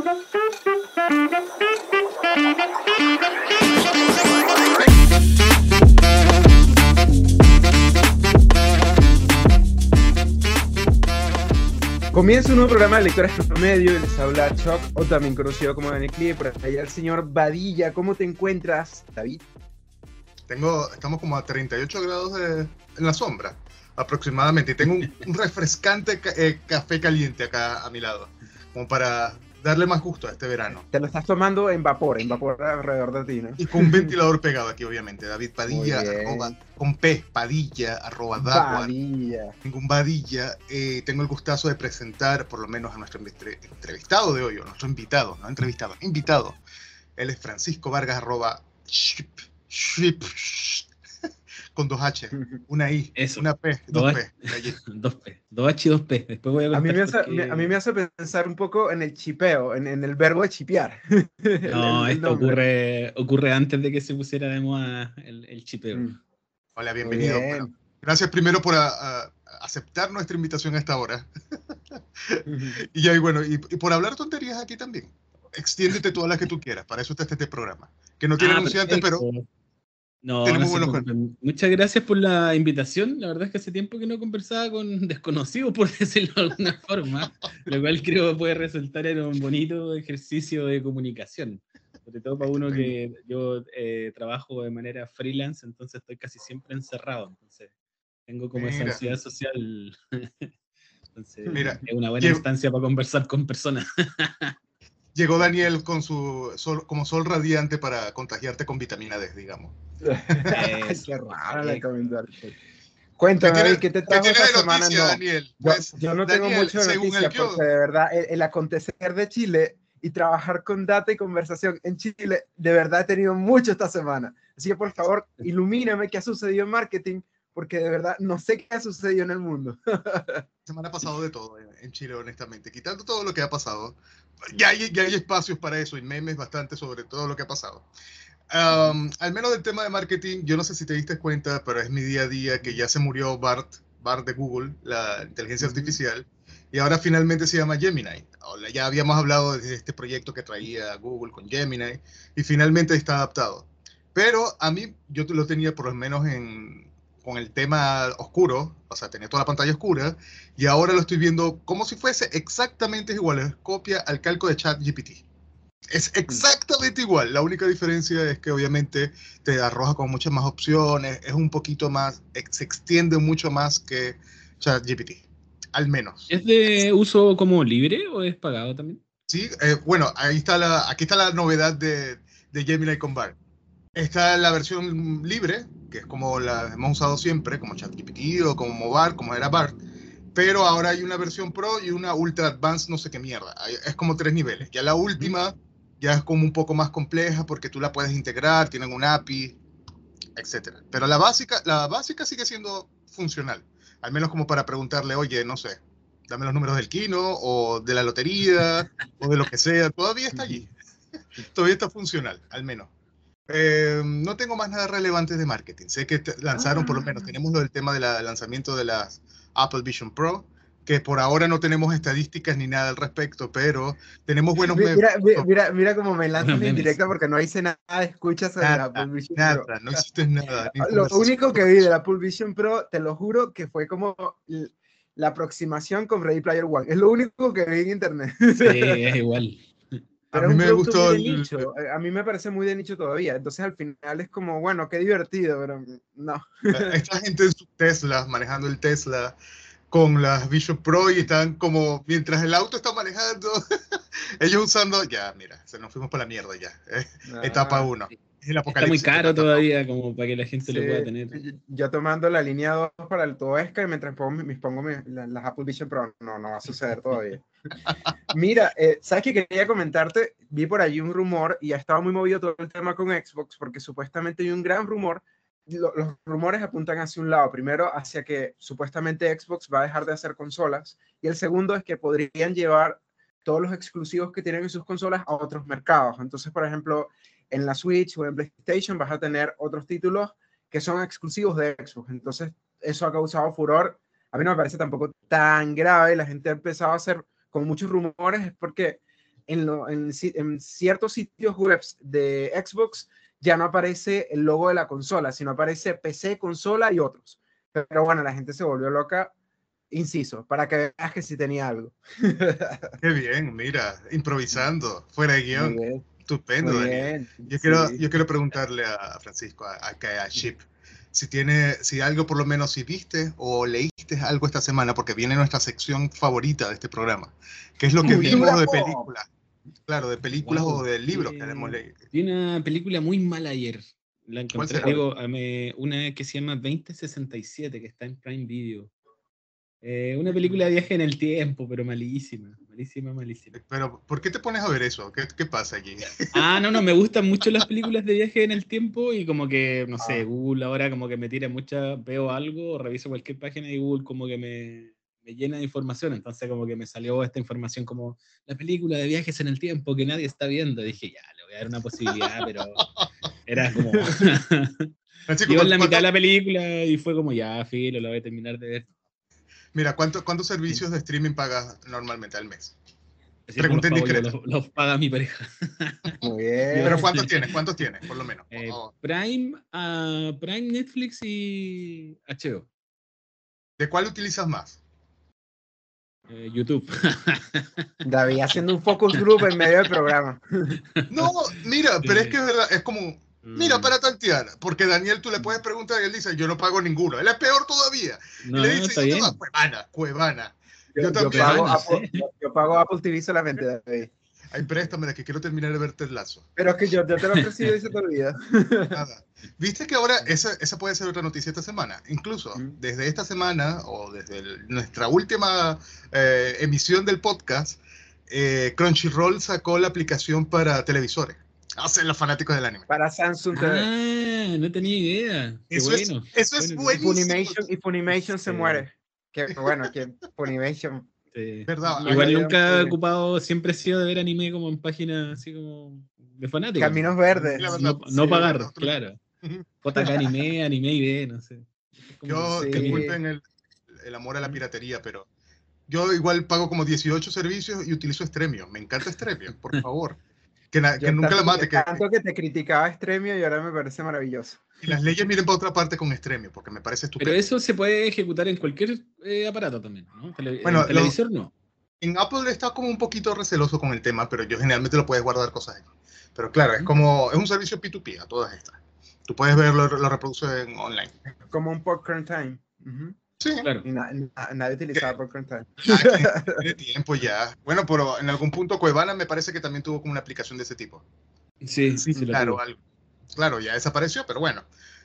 Comienza un nuevo programa de Lectores Promedio y les habla Chuck, o también conocido como Daniel Clive, por allá el señor Badilla. ¿Cómo te encuentras, David? Estamos como a 38 grados en la sombra, aproximadamente, y tengo un refrescante café caliente acá a mi lado, como para darle más gusto a este verano. Te lo estás tomando en vapor alrededor de ti, ¿no? Y con un ventilador pegado aquí, obviamente. David Padilla, con P, Padilla, Badilla. Ningún Badilla. Tengo el gustazo de presentar, por lo menos, a nuestro entrevistado de hoy, o nuestro invitado, no entrevistado, invitado. Él es Francisco Vargas, @ship, con 2 H, una I, eso, una P, 2 P. 2 H y 2 P. Después voy a contar a mí me hace pensar un poco en el chipeo, en el verbo de chipear. No, esto ocurre antes de que se pusiera de moda el chipeo. Hola, bienvenido. Bueno, gracias primero por aceptar nuestra invitación a esta hora. y por hablar tonterías aquí también. Extiéndete todas las que tú quieras, para eso está este programa. Que no tiene anunciantes, pero... No, muchas gracias por la invitación. La verdad es que hace tiempo que no conversaba con desconocidos, por decirlo de alguna forma, lo cual creo puede resultar en un bonito ejercicio de comunicación. Sobre todo para uno que yo trabajo de manera freelance, entonces estoy casi siempre encerrado. Entonces tengo como esa ansiedad social. Entonces es una buena instancia para conversar con personas. Llegó Daniel con como sol radiante para contagiarte con vitamina D, digamos. Qué raro el comentario. Cuéntame, ¿qué te trajo esta semana? Noticia, Daniel? Yo no tengo mucho de noticias, porque de verdad el acontecer de Chile y trabajar con data y conversación en Chile, de verdad he tenido mucho esta semana. Así que por favor, ilumíname qué ha sucedido en marketing, porque de verdad no sé qué ha sucedido en el mundo. La semana ha pasado de todo en Chile, honestamente. Quitando todo lo que ha pasado, ya hay espacios para eso y memes bastante sobre todo lo que ha pasado. Al menos del tema de marketing, yo no sé si te diste cuenta, pero es mi día a día que ya se murió Bart de Google, la inteligencia artificial, y ahora finalmente se llama Gemini. Ya habíamos hablado de este proyecto que traía Google con Gemini, y finalmente está adaptado. Pero a mí, yo lo tenía por lo menos con el tema oscuro, o sea, tenía toda la pantalla oscura, y ahora lo estoy viendo como si fuese exactamente igual, es copia al calco de ChatGPT. Es exactamente igual, la única diferencia es que obviamente te arroja con muchas más opciones, es un poquito más, se extiende mucho más que ChatGPT, al menos. ¿Es de uso como libre o es pagado también? Sí, bueno, aquí está la novedad de Gemini con Bard. Está la versión libre, que es como la hemos usado siempre, como ChatGPT o como Bard, como era Bard. Pero ahora hay una versión Pro y una Ultra Advanced, no sé qué mierda. Es como 3 niveles. Ya la última ya es como un poco más compleja porque tú la puedes integrar, tienen un API, etc. Pero la básica sigue siendo funcional. Al menos como para preguntarle, oye, no sé, dame los números del Kino o de la lotería o de lo que sea. Todavía está allí. Todavía está funcional, al menos. No tengo más nada relevante de marketing. Sé que lanzaron, por lo menos, tenemos lo del tema del lanzamiento de las Apple Vision Pro, que por ahora no tenemos estadísticas ni nada al respecto, pero tenemos buenos memes. Mira cómo me lanzan en directo porque no hice nada de escuchas sobre la Apple Vision Pro. No hiciste nada. Lo único que vi de la Apple Vision Pro, te lo juro, que fue como la aproximación con Ready Player One. Es lo único que vi en internet. Sí, es igual. Pero a mí me gustó muy de nicho. A mí me parece muy de nicho todavía. Entonces al final es como, bueno, qué divertido, pero no. Esta gente en sus Teslas, manejando el Tesla con las Vision Pro y están como, mientras el auto está manejando, ellos usando, ya, mira, se nos fuimos para la mierda ya. Etapa 1. Está muy caro todavía como para que la gente lo pueda tener. Yo tomando la línea 2 para el Toesca y mientras pongo las Apple Vision Pro, no va a suceder todavía. Mira, ¿sabes qué quería comentarte? Vi por allí un rumor y ha estado muy movido todo el tema con Xbox porque supuestamente hay un gran rumor. Los rumores apuntan hacia un lado. Primero, hacia que supuestamente Xbox va a dejar de hacer consolas y el segundo es que podrían llevar todos los exclusivos que tienen en sus consolas a otros mercados. Entonces, por ejemplo, en la Switch o en PlayStation vas a tener otros títulos que son exclusivos de Xbox. Entonces, eso ha causado furor. A mí no me parece tampoco tan grave. La gente ha empezado a hacer con muchos rumores, es porque en ciertos sitios web de Xbox ya no aparece el logo de la consola, sino aparece PC, consola y otros. Pero bueno, la gente se volvió loca, inciso, para que veas que sí tenía algo. Qué bien, mira, improvisando, fuera de guión. Muy bien. Estupendo, Muy Daniel. bien, Yo quiero preguntarle a Francisco, a Chip, si algo por lo menos si viste o leíste algo esta semana, porque viene nuestra sección favorita de este programa, que es lo que vimos de películas. Claro, de películas o de libros que hemos leído. Vi una película muy mala ayer. La encontré, una que se llama 2067, que está en Prime Video. Una película de viaje en el tiempo, pero malísima. Pero, ¿por qué te pones a ver eso? ¿Qué pasa aquí? No, me gustan mucho las películas de viaje en el tiempo y como que, no sé, Google ahora como que me tira veo algo, reviso cualquier página y Google como que me llena de información, entonces como que me salió esta información como la película de viajes en el tiempo que nadie está viendo, dije, ya, le voy a dar una posibilidad, pero era como... Iba en la mitad de la película y fue como, ya, filo, la voy a terminar de ver. Mira, ¿cuántos servicios de streaming pagas normalmente al mes? Pregunta indiscreta. Los paga mi pareja. Muy bien. ¿Pero cuántos tienes, por lo menos? Prime, Netflix y HBO. ¿De cuál utilizas más? YouTube. David haciendo un focus group en medio del programa. No, mira, pero es que es verdad, es como, mira, para tantear, porque Daniel tú le puedes preguntar y él dice, yo no pago ninguno, él es peor todavía. No, y le dice, está bien. Cuevana. Yo pago Apple TV solamente, David. Ay, préstamela, que quiero terminar de ver Ted Lasso. Pero es que yo te lo he ofrecido y se te olvida. Nada. Viste que ahora esa puede ser otra noticia esta semana. Incluso desde esta semana o desde nuestra última emisión del podcast, Crunchyroll sacó la aplicación para televisores. Hacen los fanáticos del anime. Para Samsung TV. No tenía idea. Eso es buenísimo. Y Funimation se muere. Que bueno, que Funimation... Sí. ¿Verdad? Igual nunca he ocupado, siempre he sido de ver anime como en páginas así como de fanáticos. Caminos verdes. No pagar, claro. JK Anime ID, no sé. Disculpen el amor a la piratería, pero yo igual pago como 18 servicios y utilizo Stremio. Me encanta Stremio, por favor. Que nunca la mate. Tanto que te criticaba Stremio y ahora me parece maravilloso. Y las leyes miren para otra parte con Stremio, porque me parece estupendo. Pero eso se puede ejecutar en cualquier aparato también, ¿no? Bueno, en televisor no. En Apple está como un poquito receloso con el tema, pero yo generalmente lo puedes guardar cosas ahí. Pero claro, es un servicio P2P a todas estas. Tú puedes verlo, lo reproducen online. Como un Popcorn Time. Sí. Claro. Y nadie utilizaba Popcorn Time. Tiene tiempo ya. Bueno, pero en algún punto Cuevana me parece que también tuvo como una aplicación de ese tipo. Sí, claro, ya desapareció, pero bueno.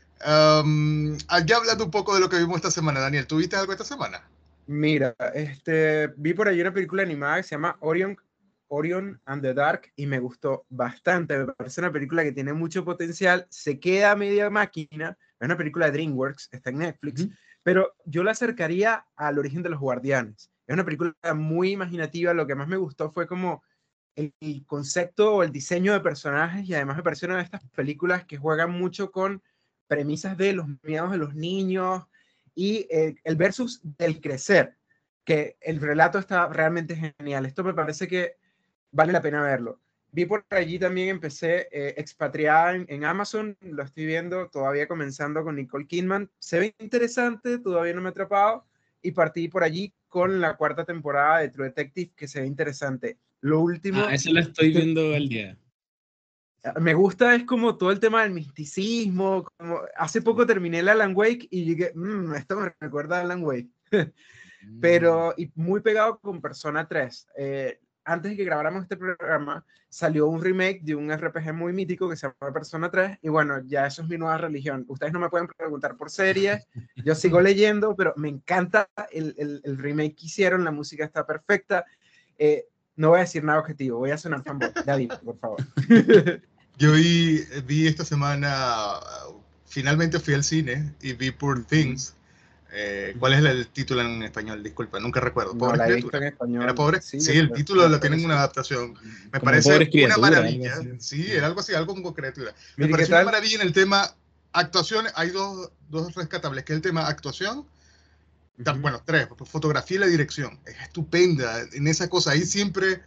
Ya hablando un poco de lo que vimos esta semana, Daniel, ¿tú viste algo esta semana? Mira, vi por ahí una película animada que se llama Orion and the Dark y me gustó bastante. Me parece una película que tiene mucho potencial, se queda a media máquina. Es una película de DreamWorks, está en Netflix, pero yo la acercaría al Origen de los Guardianes. Es una película muy imaginativa. Lo que más me gustó fue como el concepto o el diseño de personajes, y además me pareció una de estas películas que juegan mucho con premisas de los miedos de los niños y el versus del crecer, que el relato está realmente genial. Esto me parece que vale la pena verlo. Vi por allí también, empecé Expatriada en Amazon, lo estoy viendo, todavía comenzando con Nicole Kidman. Se ve interesante, todavía no me he atrapado, y partí por allí con la 4ª temporada de True Detective, que se ve interesante. Lo último... Eso lo estoy viendo al día. Me gusta, es como todo el tema del misticismo. Como hace poco terminé el Alan Wake y dije, esto me recuerda a Alan Wake. Pero, y muy pegado con Persona 3. Antes de que grabáramos este programa, salió un remake de un RPG muy mítico que se llama Persona 3. Y bueno, ya eso es mi nueva religión. Ustedes no me pueden preguntar por series. Yo sigo leyendo, pero me encanta el remake que hicieron. La música está perfecta. No voy a decir nada objetivo. Voy a sonar fanboy. David, por favor. Yo vi esta semana, finalmente fui al cine y vi Poor Things. ¿Cuál es el título en español? Disculpa, nunca recuerdo. ¿Pobre criatura? En español. ¿Era pobre? Sí, el título lo tienen en una adaptación. Me parece una maravilla. Sí, era algo así, algo como criatura. Me parece una maravilla en el tema actuación. Hay dos rescatables, que es el tema actuación. Bueno, 3, fotografía y la dirección. Es estupenda en esa cosa. Ahí siempre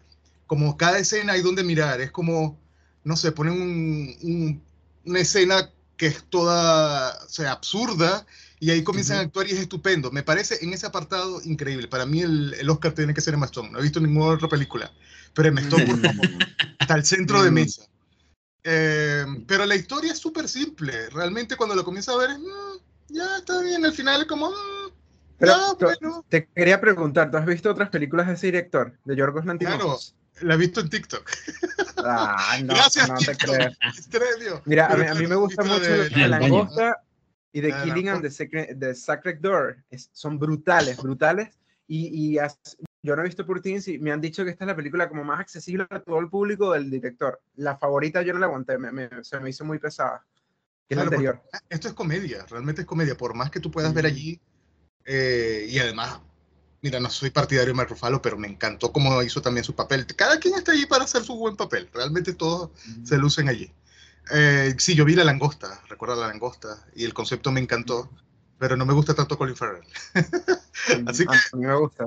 como cada escena hay donde mirar, es como, no sé, ponen una escena que es toda, o sea, absurda, y ahí comienzan a actuar y es estupendo. Me parece en ese apartado increíble. Para mí el Oscar tiene que ser Emma Stone. No he visto ninguna otra película, pero Emma Stone, por favor, hasta el centro de mesa. Pero la historia es súper simple. Realmente cuando lo comienzas a ver, ya está bien. Al final es como, Pero ya, bueno. te quería preguntar, ¿tú has visto otras películas de ese director, de Yorgos Lanthimos? Claro, la he visto en TikTok. Ah, no, Gracias, no TikTok. te creo. Mira, a mí me gusta mucho La Langosta y The Killing and the Sacred Door. Son brutales. Yo no he visto Poor Things y me han dicho que esta es la película como más accesible a todo el público del director. La favorita yo no la aguanté, se me hizo muy pesada. Que es la anterior. Esto es comedia, realmente es comedia. Por más que tú puedas ver allí, y además, mira, no soy partidario de Mark Ruffalo, pero me encantó cómo hizo también su papel. Cada quien está allí para hacer su buen papel. Realmente todos se lucen allí. Sí, yo vi La Langosta, recuerda La Langosta, y el concepto me encantó, pero no me gusta tanto Colin Farrell. Así que... A mí me gusta.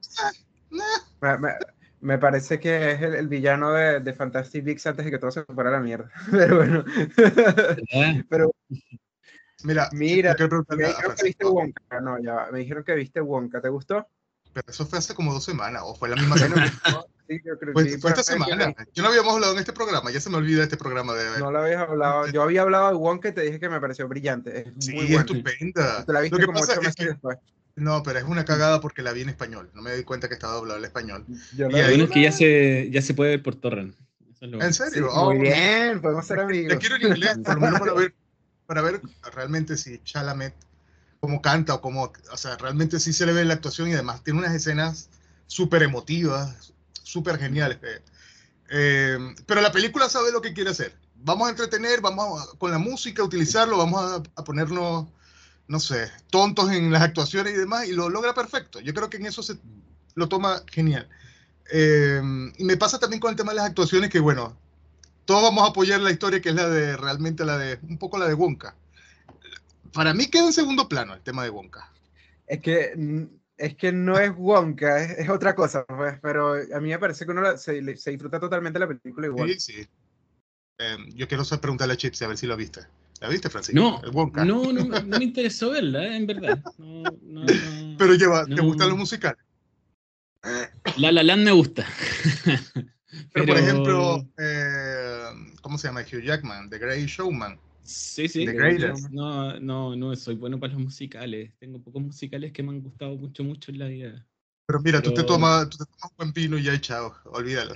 Me parece que es el villano de Fantastic Beasts antes de que todo se fuera a la mierda. Pero bueno. Pero, mira, me dijeron que viste Wonka. No, ya, me dijeron que viste Wonka. ¿Te gustó? Pero eso fue hace como 2 semanas, o fue la misma semana. Sí, yo creo que fue esta semana. Yo no habíamos hablado en este programa, ya se me olvida este programa de... No lo habías hablado. Yo había hablado de Wonka y te dije que me pareció brillante. Es sí, muy buena. Estupenda. Te la viste como 8 meses después. No, pero es una cagada porque la vi en español. No me di cuenta que estaba doblado al español. Lo bueno es que ya se puede ver por torrent. ¿En serio? Sí, muy bien, podemos ser amigos. Yo quiero en inglés, por lo menos para ver realmente si Chalamet cómo canta o sea, realmente sí se le ve la actuación y además tiene unas escenas súper emotivas, súper geniales. Pero la película sabe lo que quiere hacer. Vamos a entretener, con la música, utilizarlo, vamos a ponernos, no sé, tontos en las actuaciones y demás, y lo logra perfecto. Yo creo que en eso lo toma genial. Y me pasa también con el tema de las actuaciones, que bueno, todos vamos a apoyar la historia, que es un poco la de Wonka. Para mí queda en segundo plano el tema de Wonka. Es que no es Wonka, es otra cosa, pues, pero a mí me parece que uno se disfruta totalmente la película igual. Sí. Yo quiero preguntarle a Chips a ver si lo viste. ¿La viste, Francisco? No me interesó verla, en verdad. No, pero ¿te gustan los musicales? La La Land me gusta. pero por ejemplo, ¿cómo se llama? Hugh Jackman, The Great Showman. Sí. No soy bueno para los musicales. Tengo pocos musicales que me han gustado mucho en la vida. Pero mira, tú te tomas un buen pino y ya, chao, olvídalo.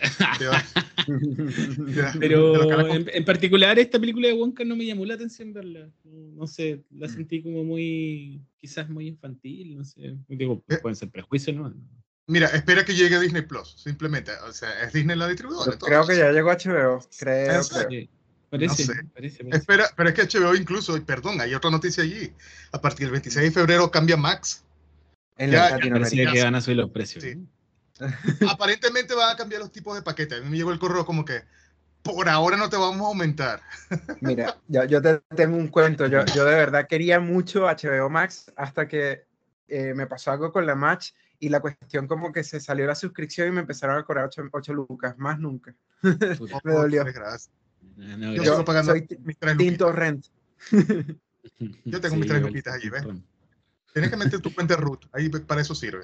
Pero en particular esta película de Wonka no me llamó la atención verla. No sé, la sentí como quizás muy infantil, no sé. Digo, pueden ser prejuicios, ¿no? Mira, espera que llegue a Disney Plus, simplemente. O sea, es Disney la distribuidora. Creo que ya llegó a HBO, creo. Parece. Espera, pero es que HBO incluso, perdón, hay otra noticia allí. A partir del 26 de febrero cambia Max. En Latinoamérica. Parece que van a subir los precios. Sí. Aparentemente van a cambiar los tipos de paquetes. A mí me llegó el correo como que por ahora no te vamos a aumentar. Mira, yo te tengo un cuento. Yo de verdad quería mucho HBO Max hasta que me pasó algo con la Match y la cuestión como que se salió la suscripción y me empezaron a cobrar 8 lucas, más nunca. Me dolió. Yo sigo pagando mis 3 Tinto Rent. Yo tengo mis 3 luquitas allí, ¿ves? Tienes que meter tu cuenta root, ahí para eso sirve.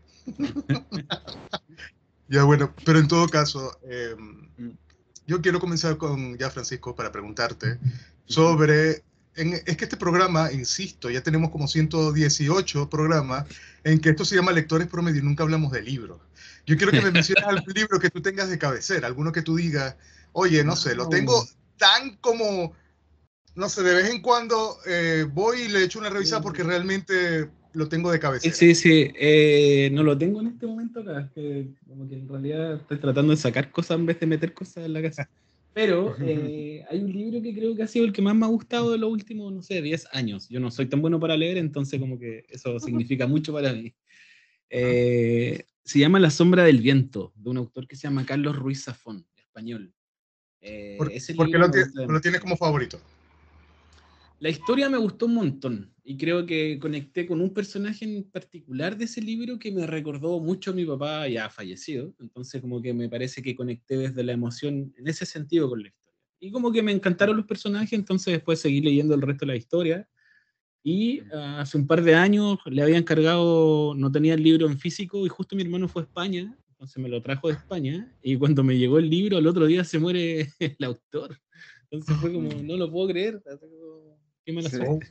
Ya bueno, pero en todo caso, yo quiero comenzar con Francisco, para preguntarte sobre... es que este programa, insisto, ya tenemos como 118 programas en que esto se llama Lectores Promedio y nunca hablamos de libros. Yo quiero que me menciones algún libro que tú tengas de cabecera, alguno que tú digas, oye, no sé, lo tengo tan como... No sé, de vez en cuando voy y le echo una revisada porque realmente lo tengo de cabecera. Sí. No lo tengo en este momento acá. Como que en realidad estoy tratando de sacar cosas en vez de meter cosas en la casa. Pero hay un libro que creo que ha sido el que más me ha gustado de los últimos, no sé, 10 años. Yo no soy tan bueno para leer, entonces como que eso significa mucho para mí. Se llama La sombra del viento, de un autor que se llama Carlos Ruiz Zafón, español. ¿Por qué lo tienes como favorito? La historia me gustó un montón y creo que conecté con un personaje en particular de ese libro que me recordó mucho a mi papá ya fallecido, entonces como que me parece que conecté desde la emoción en ese sentido con la historia. Y como que me encantaron los personajes, entonces después seguí leyendo el resto de la historia y hace un par de años le había encargado, no tenía el libro en físico y justo mi hermano fue a España, entonces me lo trajo de España y cuando me llegó el libro al otro día se muere el autor. Entonces fue como, no lo puedo creer, qué mala Sí. suerte.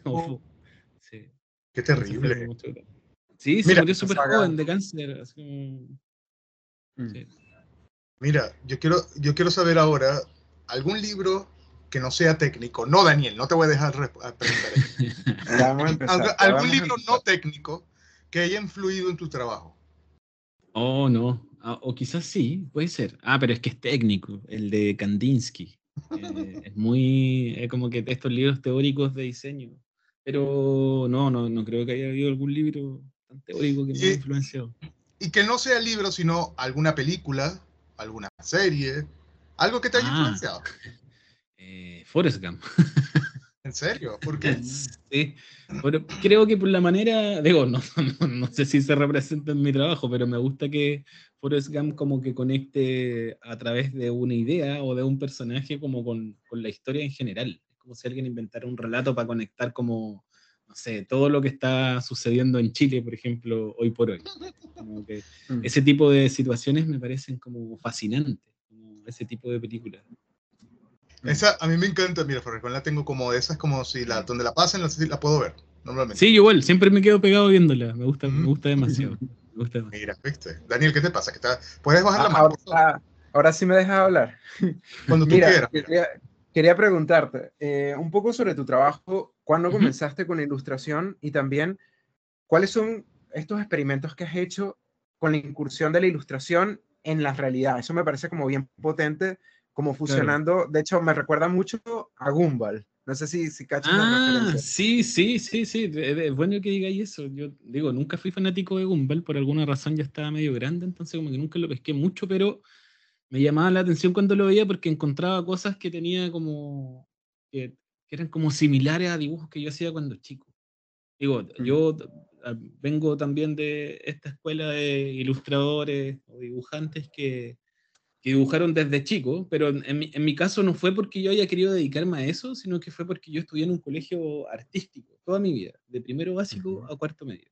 Sí. Qué Entonces fue terrible. mucho. Sí, se Mira, murió súper saga. joven de cáncer. Así como, sí. Mira, yo quiero saber ahora algún libro que no sea técnico. No, Daniel, no te voy a dejar preguntar. Ya vamos a empezar. Algún libro no técnico que haya influido en tu trabajo. Oh, no. O quizás sí, puede ser. Pero es que es técnico, el de Kandinsky. Es muy, es como que estos libros teóricos de diseño. Pero no creo que haya habido algún libro tan teórico que me haya influenciado. Y que no sea libro, sino alguna película, alguna serie, algo que te haya influenciado. Forrest Gump. ¿En serio? ¿Por qué? Sí, pero creo que por la manera, digo, no sé si se representa en mi trabajo, pero me gusta que Forrest Gump como que conecte a través de una idea o de un personaje como con la historia en general. Es como si alguien inventara un relato para conectar como, no sé, todo lo que está sucediendo en Chile, por ejemplo, hoy por hoy. Como que ese tipo de situaciones me parecen como fascinantes, como ese tipo de películas. Esa a mí me encanta, mira, Forrest Gump la tengo como de esas, como si donde la pasen, la puedo ver, normalmente. Sí, igual, siempre me quedo pegado viéndola, me gusta demasiado. Me gusta demasiado. Mira, ¿viste? Daniel, ¿qué te pasa? ¿Puedes bajar la mano, por favor? Ahora sí me dejas hablar. Cuando tú quieras. Quería preguntarte un poco sobre tu trabajo, ¿cuándo comenzaste con la ilustración? Y también, ¿cuáles son estos experimentos que has hecho con la incursión de la ilustración en la realidad? Eso me parece como bien potente, como fusionando. Claro. De hecho, me recuerda mucho a Gumball. No sé si cachas la referencia. Sí. Es bueno que digáis eso. Yo digo, nunca fui fanático de Gumball, por alguna razón ya estaba medio grande, entonces como que nunca lo pesqué mucho, pero me llamaba la atención cuando lo veía porque encontraba cosas que tenía como, que eran como similares a dibujos que yo hacía cuando chico. Digo, yo vengo también de esta escuela de ilustradores o dibujantes que dibujaron desde chico, pero en mi caso no fue porque yo haya querido dedicarme a eso, sino que fue porque yo estudié en un colegio artístico toda mi vida, de primero básico a cuarto medio.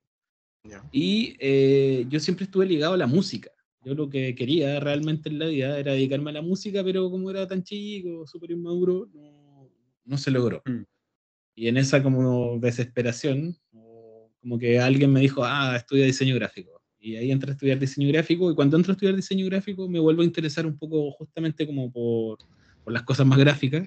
Y yo siempre estuve ligado a la música. Yo lo que quería realmente en la vida era dedicarme a la música, pero como era tan chico, súper inmaduro, no se logró. Y en esa como desesperación, como que alguien me dijo, estudia diseño gráfico. Y ahí entré a estudiar diseño gráfico, y cuando entro a estudiar diseño gráfico me vuelvo a interesar un poco justamente como por las cosas más gráficas,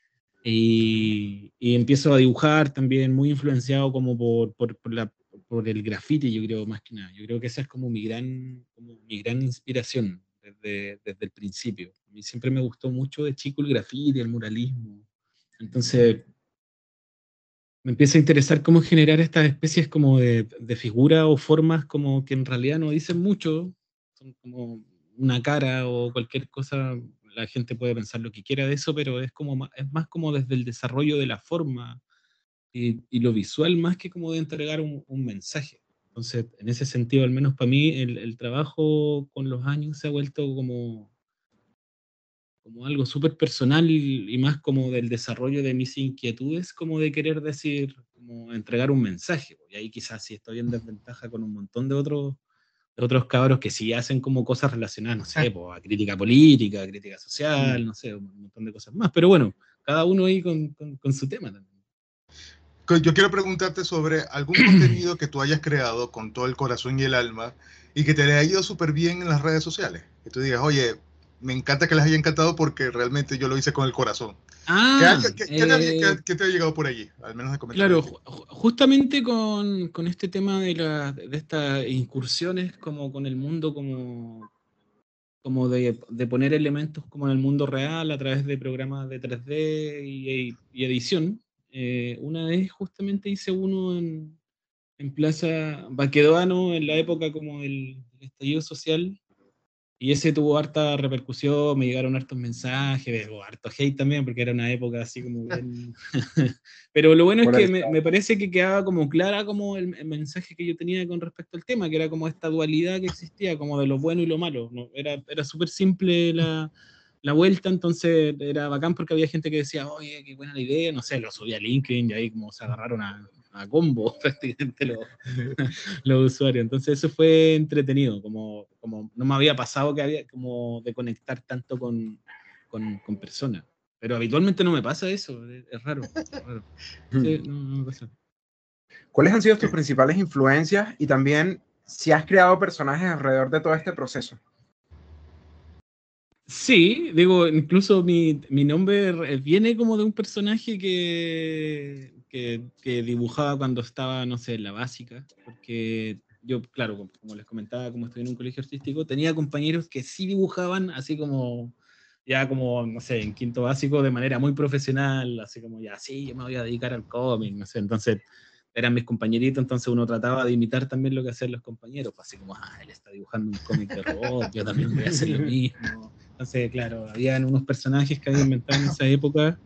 y empiezo a dibujar también, muy influenciado como por el graffiti, yo creo, más que nada. Yo creo que esa es como mi gran inspiración desde el principio. A mí siempre me gustó mucho de chico el graffiti, el muralismo. Entonces me empieza a interesar cómo generar estas especies como de figuras o formas como que en realidad no dicen mucho, son como una cara o cualquier cosa. La gente puede pensar lo que quiera de eso, pero es más como desde el desarrollo de la forma y lo visual, más que como de entregar un mensaje. Entonces, en ese sentido, al menos para mí, el trabajo con los años se ha vuelto como algo súper personal y más como del desarrollo de mis inquietudes, como de querer decir, como entregar un mensaje. Y ahí quizás sí estoy en desventaja con un montón de otros cabros que sí hacen como cosas relacionadas, no sé, a crítica política, a crítica social, no sé, un montón de cosas más. Pero bueno, cada uno ahí con su tema también. Yo quiero preguntarte sobre algún contenido que tú hayas creado con todo el corazón y el alma y que te haya ido súper bien en las redes sociales. Que tú digas, oye, me encanta que les haya encantado porque realmente yo lo hice con el corazón. ¿Qué te ha llegado por allí? Al menos de comentarios. Claro, justamente con este tema de estas incursiones como con el mundo, como de poner elementos como en el mundo real a través de programas de 3D y edición. Una vez justamente hice uno en Plaza Baquedano, en la época como del estallido social, Y ese tuvo harta repercusión, me llegaron hartos mensajes, o harto hate también, porque era una época así como bien... Pero lo bueno es que me parece que quedaba como clara como el mensaje que yo tenía con respecto al tema, que era como esta dualidad que existía, como de lo bueno y lo malo, ¿no? Era súper simple la vuelta, entonces era bacán porque había gente que decía, oye, qué buena la idea, no sé, lo subí a LinkedIn y ahí como se agarraron a combo prácticamente los usuarios. Entonces eso fue entretenido, como no me había pasado que había como de conectar tanto con personas. Pero habitualmente no me pasa eso, es raro. Sí, no me pasa. ¿Cuáles han sido tus principales influencias y también si has creado personajes alrededor de todo este proceso? Sí, digo, incluso mi nombre viene como de un personaje que dibujaba cuando estaba, no sé, en la básica, porque yo, claro, como les comentaba, como estoy en un colegio artístico, tenía compañeros que sí dibujaban así como, ya como, no sé, en quinto básico de manera muy profesional, así como, ya, sí, yo me voy a dedicar al cómic, no sé, entonces eran mis compañeritos, entonces uno trataba de imitar también lo que hacían los compañeros, pues así como, él está dibujando un cómic de robot, yo también voy a hacer lo mismo. Entonces, claro, habían unos personajes que había inventado en esa época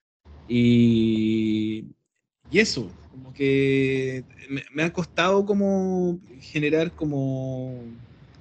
y eso, como que me ha costado como generar como,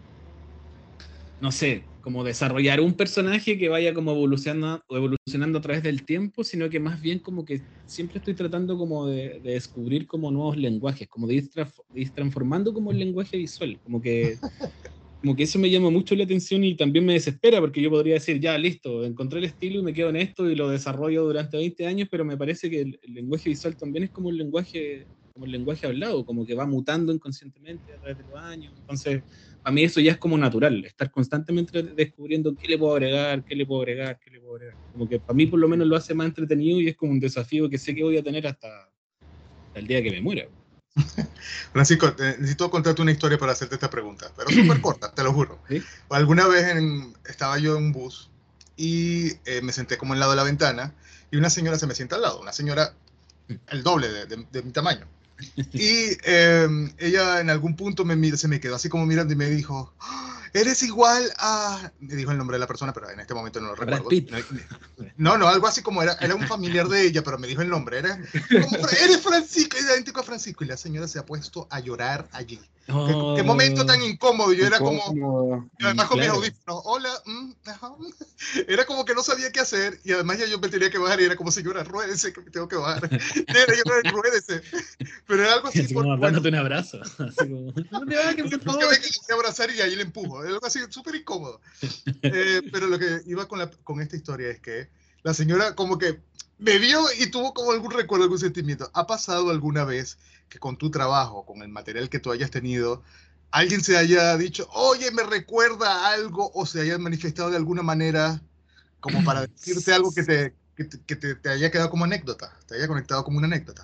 no sé, como desarrollar un personaje que vaya como evolucionando a través del tiempo, sino que más bien como que siempre estoy tratando como de descubrir como nuevos lenguajes, como de ir transformando como el lenguaje visual, como que eso me llama mucho la atención y también me desespera porque yo podría decir, ya, listo, encontré el estilo y me quedo en esto y lo desarrollo durante 20 años, pero me parece que el lenguaje visual también es como el lenguaje hablado, como que va mutando inconscientemente a través de los años. Entonces, a mí eso ya es como natural, estar constantemente descubriendo qué le puedo agregar, qué le puedo agregar, qué le puedo agregar. Como que para mí por lo menos lo hace más entretenido y es como un desafío que sé que voy a tener hasta el día que me muera. Francisco, necesito contarte una historia para hacerte esta pregunta, pero súper corta, te lo juro. ¿Sí? Alguna vez estaba yo en un bus y me senté como al lado de la ventana y una señora se me sienta al lado, una señora el doble de mi tamaño. Y ella en algún punto se me quedó así como mirando y me dijo, eres igual a... Me dijo el nombre de la persona, pero en este momento no lo recuerdo. No, algo así como era un familiar de ella, pero me dijo el nombre. Eres Francisco, es idéntico a Francisco. Y la señora se ha puesto a llorar allí. Oh. ¿Qué momento tan incómodo? Yo era como... Además con mis Claro. audífonos. Hola. Ajá. Era como que no sabía qué hacer. Y además ya yo me tenía que bajar y era como, señora, ruédese, que me tengo que bajar. Ruédese. Pero era algo así. Así como dándote un abrazo. Así como, no te vayas, por favor. Me quería abrazar y ahí le empujo. Es algo así súper incómodo. Pero lo que iba con esta historia es que la señora como que me vio y tuvo como algún recuerdo, algún sentimiento. ¿Ha pasado alguna vez que con tu trabajo, con el material que tú hayas tenido, alguien se haya dicho, oye, me recuerda algo, o se haya manifestado de alguna manera como para decirte algo que te haya quedado como anécdota, te haya conectado como una anécdota?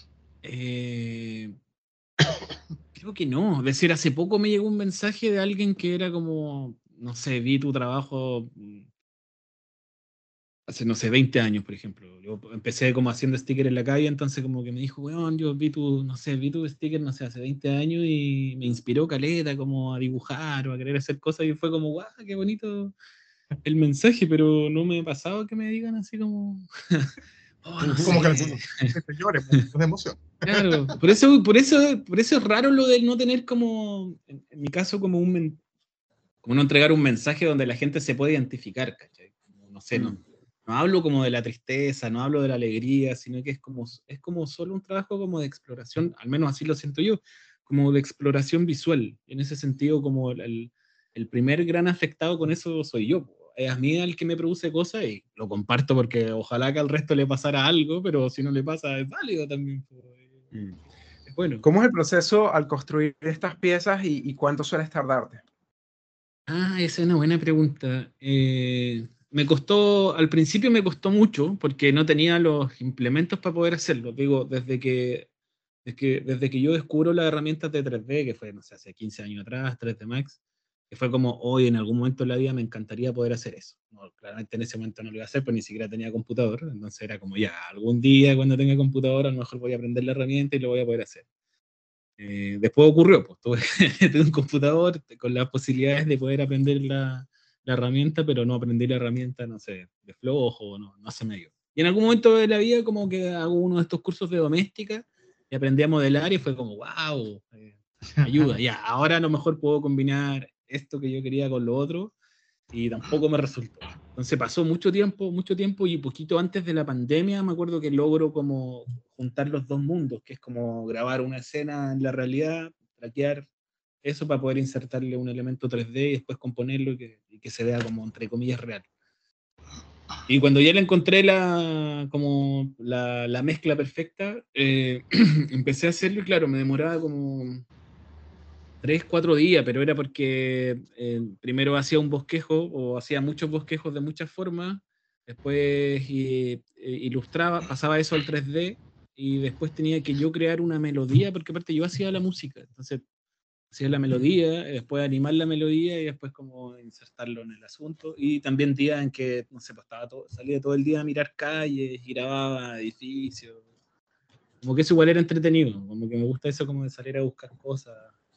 Creo que no. Es decir, hace poco me llegó un mensaje de alguien que era como, no sé, vi tu trabajo hace, no sé, 20 años, por ejemplo. Yo empecé como haciendo stickers en la calle, entonces como que me dijo, weón, yo vi no sé, vi tu sticker, no sé, hace 20 años y me inspiró caleta como a dibujar o a querer hacer cosas y fue como, guau, qué bonito el mensaje, pero no me ha pasado que me digan así como... Oh, no Como que sé. se llore de emoción. Claro, por eso es raro lo del no tener como, en mi caso, como como no entregar un mensaje donde la gente se puede identificar, ¿cachai? Como, no sé, no hablo como de la tristeza, no hablo de la alegría, sino que es como solo un trabajo como de exploración, al menos así lo siento yo, como de exploración visual. En ese sentido, como el primer gran afectado con eso soy yo. Es a mí el que me produce cosas y lo comparto porque ojalá que al resto le pasara algo, pero si no le pasa es válido también. Es bueno. ¿Cómo es el proceso al construir estas piezas y cuánto sueles tardarte? Esa es una buena pregunta. Al principio me costó mucho porque no tenía los implementos para poder hacerlo. Digo, desde que yo descubro las herramientas de 3D, que fue, no sé, hace 15 años atrás, 3D Max, que fue como, hoy en algún momento de la vida me encantaría poder hacer eso. No, claramente en ese momento no lo iba a hacer, pues ni siquiera tenía computador, entonces era como, ya, algún día cuando tenga computador a lo mejor voy a aprender la herramienta y lo voy a poder hacer. Después ocurrió, pues tuve un computador con las posibilidades de poder aprender la herramienta, pero no aprendí la herramienta, no sé, de flojo, no se me dio. Y en algún momento de la vida como que hago uno de estos cursos de doméstica y aprendí a modelar y fue como, wow, ayuda. Ya, ahora a lo mejor puedo combinar esto que yo quería con lo otro y tampoco me resultó. Entonces pasó mucho tiempo y poquito antes de la pandemia me acuerdo que logro como juntar los dos mundos, que es como grabar una escena en la realidad, traquear eso para poder insertarle un elemento 3D y después componerlo y que se vea como entre comillas real. Y cuando ya le encontré como la mezcla perfecta, empecé a hacerlo y claro, me demoraba como 3, 4 días, pero era porque primero hacía un bosquejo o hacía muchos bosquejos de muchas formas, después ilustraba, pasaba eso al 3D y después tenía que yo crear una melodía, porque aparte yo hacía la música, entonces hacía la melodía, después animar la melodía y después como insertarlo en el asunto. Y también días en que, no sé, pues salía todo el día a mirar calles, grababa edificios. Como que eso igual era entretenido, como que me gusta eso como de salir a buscar cosas.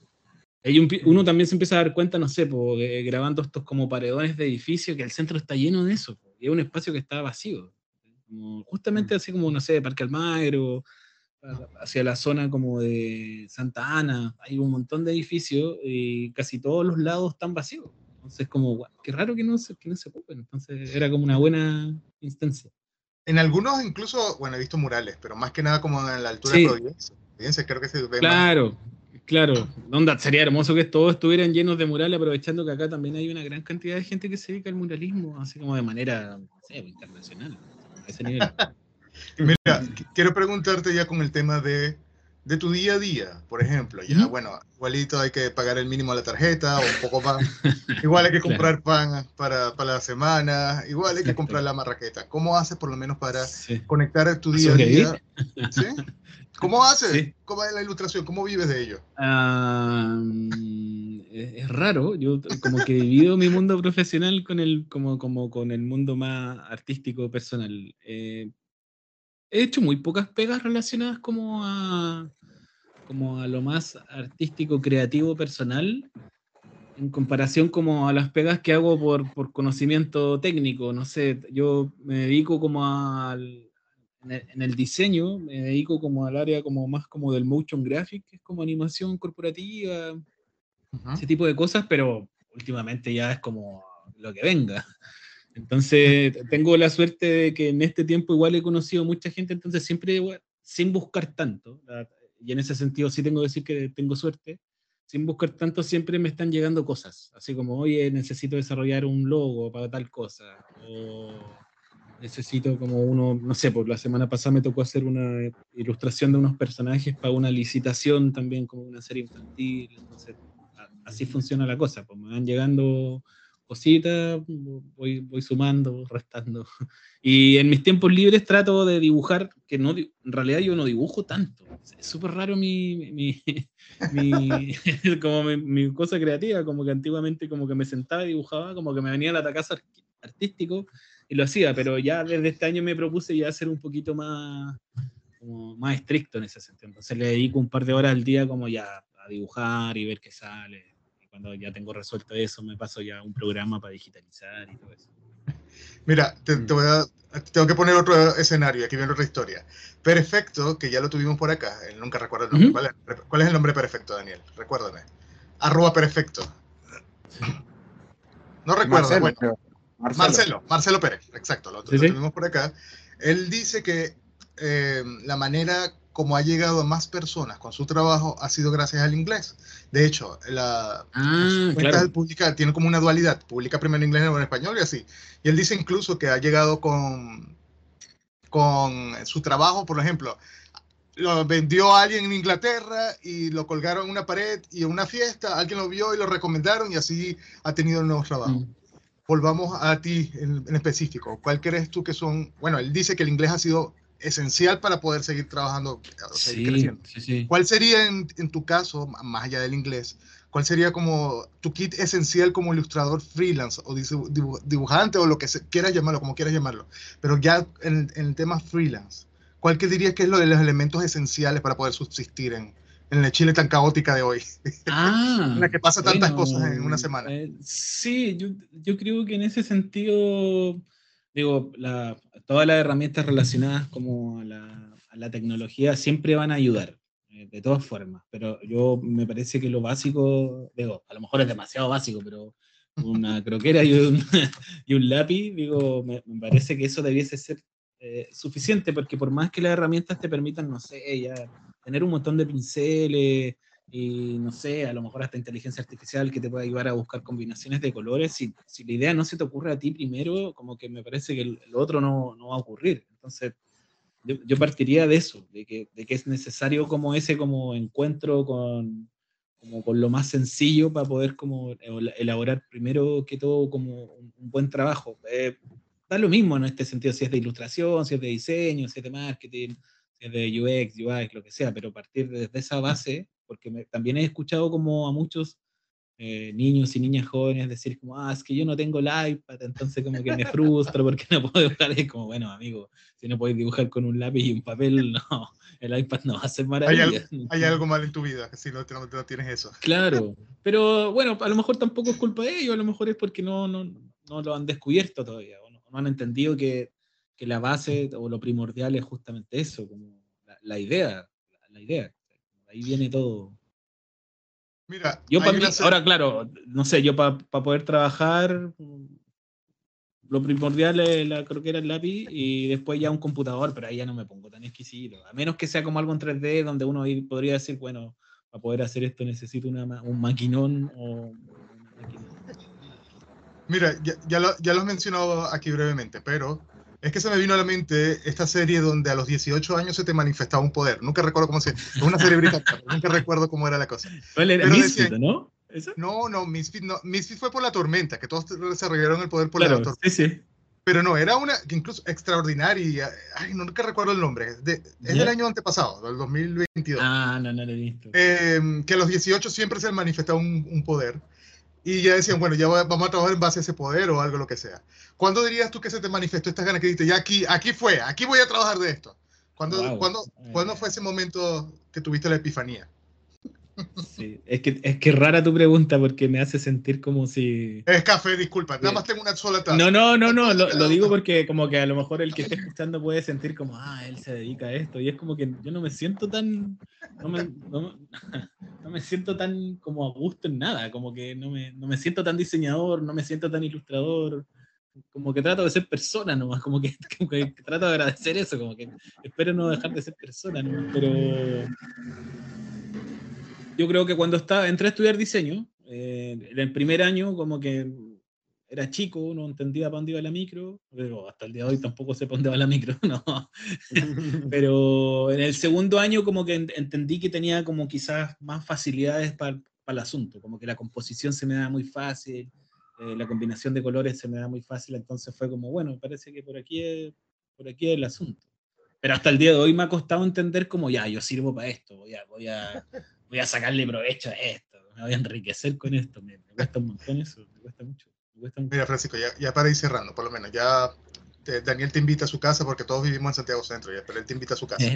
Uno también se empieza a dar cuenta, no sé, pues, grabando estos como paredones de edificios, que el centro está lleno de eso, y es un espacio que está vacío. Como, justamente así como, no sé, Parque Almagro, hacia la zona como de Santa Ana, hay un montón de edificios y casi todos los lados están vacíos. Entonces, como, wow, qué raro que no se ocupen. Entonces, era como una buena instancia. En algunos incluso, bueno, he visto murales, pero más que nada como en la altura sí. de Providencia. Providencia creo que se ve claro, más. Claro, onda, sería hermoso que todos estuvieran llenos de murales, aprovechando que acá también hay una gran cantidad de gente que se dedica al muralismo, así como de manera, no sé, internacional, a ese nivel. Mira, quiero preguntarte ya con el tema de tu día a día, por ejemplo. Ya, bueno, igualito hay que pagar el mínimo a la tarjeta o un poco más. Igual hay que comprar pan para la semana. Igual hay que comprar la marraqueta. ¿Cómo haces por lo menos para conectar tu día a día? ¿Sí? ¿Cómo haces? Sí. ¿Cómo es la ilustración? ¿Cómo vives de ello? Es raro. Yo como que divido mi mundo profesional como con el mundo más artístico personal. He hecho muy pocas pegas relacionadas como a lo más artístico, creativo, personal, en comparación como a las pegas que hago por conocimiento técnico. No sé, yo me dedico como en el diseño, me dedico como al área como más como del motion graphic, que es como animación corporativa, ese tipo de cosas, pero últimamente ya es como lo que venga. Entonces, tengo la suerte de que en este tiempo igual he conocido mucha gente, entonces siempre, bueno, sin buscar tanto, y en ese sentido sí tengo que decir que tengo suerte, sin buscar tanto siempre me están llegando cosas, así como, oye, necesito desarrollar un logo para tal cosa, o necesito como uno, no sé, por la semana pasada me tocó hacer una ilustración de unos personajes para una licitación también, como una serie infantil, entonces así funciona la cosa, pues me van llegando cositas, voy sumando, restando. Y en mis tiempos libres trato de dibujar, que no, en realidad yo no dibujo tanto. Es súper raro como mi cosa creativa, como que antiguamente como que me sentaba y dibujaba, como que me venía el atacazo artístico y lo hacía, pero ya desde este año me propuse ya ser un poquito más, como más estricto en ese sentido. Entonces le dedico un par de horas al día como ya a dibujar y ver qué sale. Cuando ya tengo resuelto eso, me paso ya a un programa para digitalizar y todo eso. Mira, tengo que poner otro escenario, aquí viene otra historia. Perfecto, que ya lo tuvimos por acá, él nunca recuerda el nombre. ¿Cuál es el nombre perfecto, Daniel? Recuérdame. @perfecto. No recuerdo, Marcelo Pérez, exacto, lo tuvimos por acá. Él dice que la manera como ha llegado a más personas con su trabajo ha sido gracias al inglés. De hecho, claro. tiene como una dualidad, publica primero en inglés o en español y así. Y él dice incluso que ha llegado con su trabajo, por ejemplo, lo vendió a alguien en Inglaterra y lo colgaron en una pared y en una fiesta, alguien lo vio y lo recomendaron y así ha tenido nuevos trabajos. Volvamos a ti en específico. ¿Cuál crees tú que son? Bueno, él dice que el inglés ha sido esencial para poder seguir trabajando, seguir creciendo. Sí. ¿Cuál sería en tu caso, más allá del inglés, cuál sería como tu kit esencial como ilustrador freelance o dibujante o lo que quieras llamarlo, como quieras llamarlo? Pero ya en el tema freelance, ¿cuál que dirías que es lo de los elementos esenciales para poder subsistir en el Chile tan caótica de hoy, en la que pasa tantas bueno, cosas en una semana. Sí, yo creo que en ese sentido, digo, todas las herramientas relacionadas como a la tecnología siempre van a ayudar, de todas formas, pero yo me parece que lo básico, digo, a lo mejor es demasiado básico, pero una croquera y un lápiz, digo, me parece que eso debiese ser suficiente, porque por más que las herramientas te permitan, no sé, ya tener un montón de pinceles y no sé, a lo mejor hasta inteligencia artificial que te pueda ayudar a buscar combinaciones de colores, si la idea no se te ocurre a ti primero, como que me parece que lo otro no va a ocurrir. Entonces, yo partiría de eso, de que es necesario como ese como encuentro con lo más sencillo para poder como elaborar primero que todo como un buen trabajo. Da lo mismo en este sentido, si es de ilustración, si es de diseño, si es de marketing, si es de UX, UI, lo que sea, pero partir desde esa base, porque también he escuchado como a muchos niños y niñas jóvenes decir como, es que yo no tengo el iPad, entonces como que me frustro porque no puedo dibujar. Y es como, bueno, amigo, si no podéis dibujar con un lápiz y un papel, no, el iPad no va a hacer maravillas. Hay algo mal en tu vida, si no tienes eso. Claro, pero bueno, a lo mejor tampoco es culpa de ellos, a lo mejor es porque no lo han descubierto todavía, o no han entendido que la base o lo primordial es justamente eso, como la idea, la idea. Ahí viene todo. Mira, Yo para mí, ahora claro, no sé, yo para poder trabajar, lo primordial es creo que era el lápiz y después ya un computador, pero ahí ya no me pongo tan exquisito. A menos que sea como algo en 3D donde uno podría decir, bueno, para poder hacer esto necesito un maquinón o una máquina. Mira, ya lo has mencionado aquí brevemente, pero es que se me vino a la mente esta serie donde a los 18 años se te manifestaba un poder. Nunca recuerdo cómo se... Es una serie británica, nunca recuerdo cómo era la cosa. ¿Cuál era? Misfit, ¿no? ¿Eso? No, Misfit fue por la tormenta, que todos desarrollaron el poder por la tormenta. Sí. Pero no, era una que incluso extraordinaria. Ay, nunca recuerdo el nombre. Es del año antepasado, del 2022. No lo he visto. Que a los 18 siempre se manifestaba un poder. Y ya decían, bueno, ya vamos a trabajar en base a ese poder o algo, lo que sea. ¿Cuándo dirías tú que se te manifestó estas ganas que dijiste, ya aquí voy a trabajar de esto? ¿Cuándo fue ese momento que tuviste la epifanía? Sí, es que rara tu pregunta porque me hace sentir como si... Es café, disculpa, nada más tengo una sola taza. No, lo digo porque como que a lo mejor el que esté escuchando puede sentir como, él se dedica a esto, y es como que yo no me siento tan... No me siento tan como a gusto en nada, como que no me siento tan diseñador, no me siento tan ilustrador, como que trato de ser persona nomás, como que trato de agradecer eso, como que espero no dejar de ser persona nomás, pero yo creo que cuando entré a estudiar diseño, en el primer año como que era chico, no entendía para dónde iba la micro, pero hasta el día de hoy tampoco sé para dónde va la micro, no. Pero en el segundo año como que entendí que tenía como quizás más facilidades para el asunto, como que la composición se me da muy fácil, la combinación de colores se me da muy fácil, entonces fue como, bueno, parece que por aquí es el asunto. Pero hasta el día de hoy me ha costado entender como, ya, yo sirvo para esto, voy a sacarle provecho a esto, me voy a enriquecer con esto, me cuesta un montón eso, me cuesta mucho. Mira, Francisco, ya para ir cerrando, por lo menos, ya Daniel te invita a su casa porque todos vivimos en Santiago Centro, pero él te invita a su casa.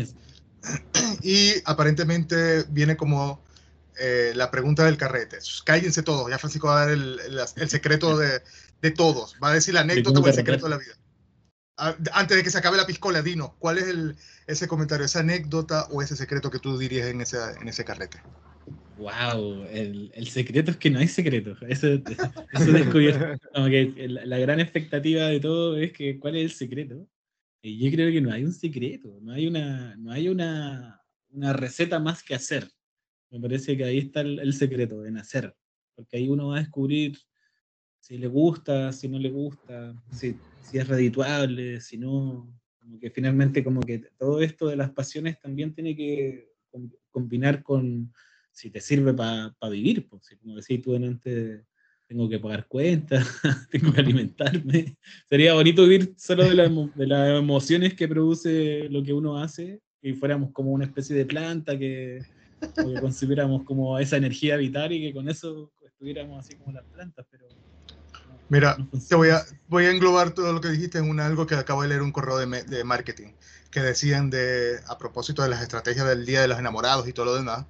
Y aparentemente viene como la pregunta del carrete. Cállense todos, ya Francisco va a dar el secreto de todos, va a decir la anécdota o el secreto de la vida. Antes de que se acabe la piscola, dinos, ¿cuál es ese comentario, esa anécdota o ese secreto que tú dirías en ese carrete? Wow, el secreto es que no hay secreto. Eso descubierto. Como que la gran expectativa de todo es que cuál es el secreto. Y yo creo que no hay un secreto, no hay una receta más que hacer. Me parece que ahí está el secreto, en hacer. Porque ahí uno va a descubrir si le gusta, si no le gusta, si es redituable, si no. Como que finalmente como que todo esto de las pasiones también tiene que combinar con si te sirve para vivir, pues, si como decís tú delante, tengo que pagar cuentas, tengo que alimentarme. Sería bonito vivir solo de las emociones que produce lo que uno hace, y fuéramos como una especie de planta que consideramos como esa energía vital y que con eso estuviéramos así como las plantas, pero... Mira, voy a englobar todo lo que dijiste en algo que acabo de leer un correo de marketing, que decían a propósito de las estrategias del Día de los Enamorados y todo lo demás,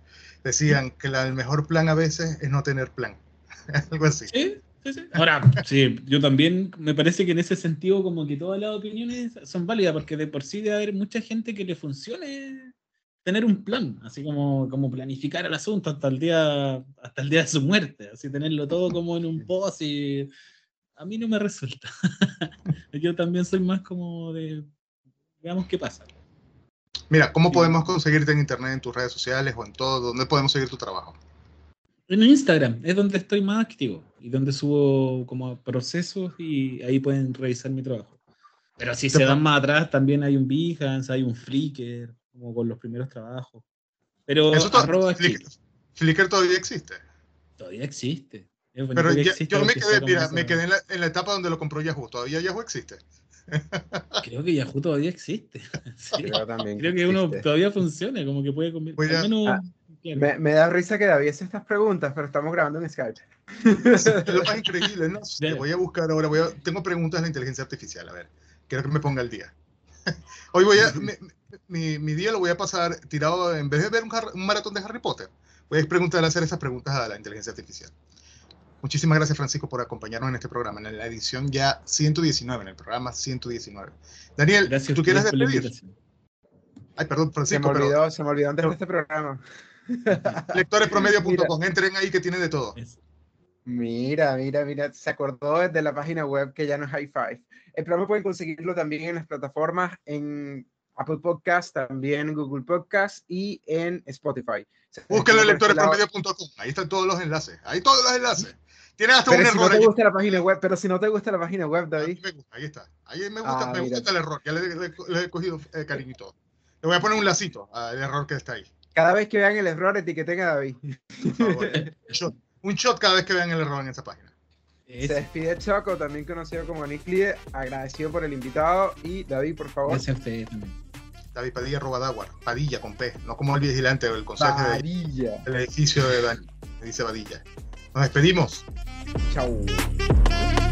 decían que el mejor plan a veces es no tener plan. Algo así. Sí. Ahora, sí, yo también me parece que en ese sentido como que todas las opiniones son válidas, porque de por sí debe haber mucha gente que le funcione tener un plan, así como planificar el asunto hasta el día de su muerte, así tenerlo todo como en un post, y a mí no me resulta. Yo también soy más como de, veamos qué pasa. Mira, ¿cómo podemos conseguirte en internet, en tus redes sociales o en todo? ¿Dónde podemos seguir tu trabajo? En Instagram es donde estoy más activo y donde subo como procesos, y ahí pueden revisar mi trabajo. Pero si se dan más atrás, también hay un Behance, hay un Flickr, como con los primeros trabajos. Pero Flickr todavía existe. Todavía existe. Pero yo me quedé en la etapa donde lo compró Yahoo. ¿Todavía Yahoo existe? Creo que Yahoo todavía existe. Sí. Creo que uno todavía funciona, como que puede convertir. Al menos, claro. Me da risa que David hace estas preguntas, pero estamos grabando en Skype. Es lo más increíble, ¿no? Te voy a buscar ahora. Tengo preguntas de la inteligencia artificial. A ver, quiero que me ponga al día. Hoy mi día lo voy a pasar tirado, en vez de ver un maratón de Harry Potter, voy a hacer esas preguntas a la inteligencia artificial. Muchísimas gracias, Francisco, por acompañarnos en este programa, en la edición ya 119, en el programa 119. Daniel, gracias, ¿tú quieres despedir? Ay, perdón, Francisco. Se me olvidó antes de este programa. Lectorespromedio.com, entren ahí que tiene de todo. Mira, se acordó de la página web que ya no es High Five. El programa pueden conseguirlo también en las plataformas, en Apple Podcast, también en Google Podcast y en Spotify. Búsquenlo en lectorespromedio.com, ahí están todos los enlaces. Tienes hasta pero un si error. No te gusta la página web, pero si no te gusta la página web, David. Ahí está. Ahí me gusta el error. Ya le he cogido cariño y todo. Le voy a poner un lacito al error que está ahí. Cada vez que vean el error, etiqueten a David. Por favor. Un shot cada vez que vean el error en esa página. Se despide Choco, también conocido como Nicklide, agradecido por el invitado. Y David, por favor. Gracias a ustedes también. David Padilla Robadagua, Padilla con P, no como el vigilante o el conserje del edificio de Dani, me dice Padilla. Nos despedimos. Chau.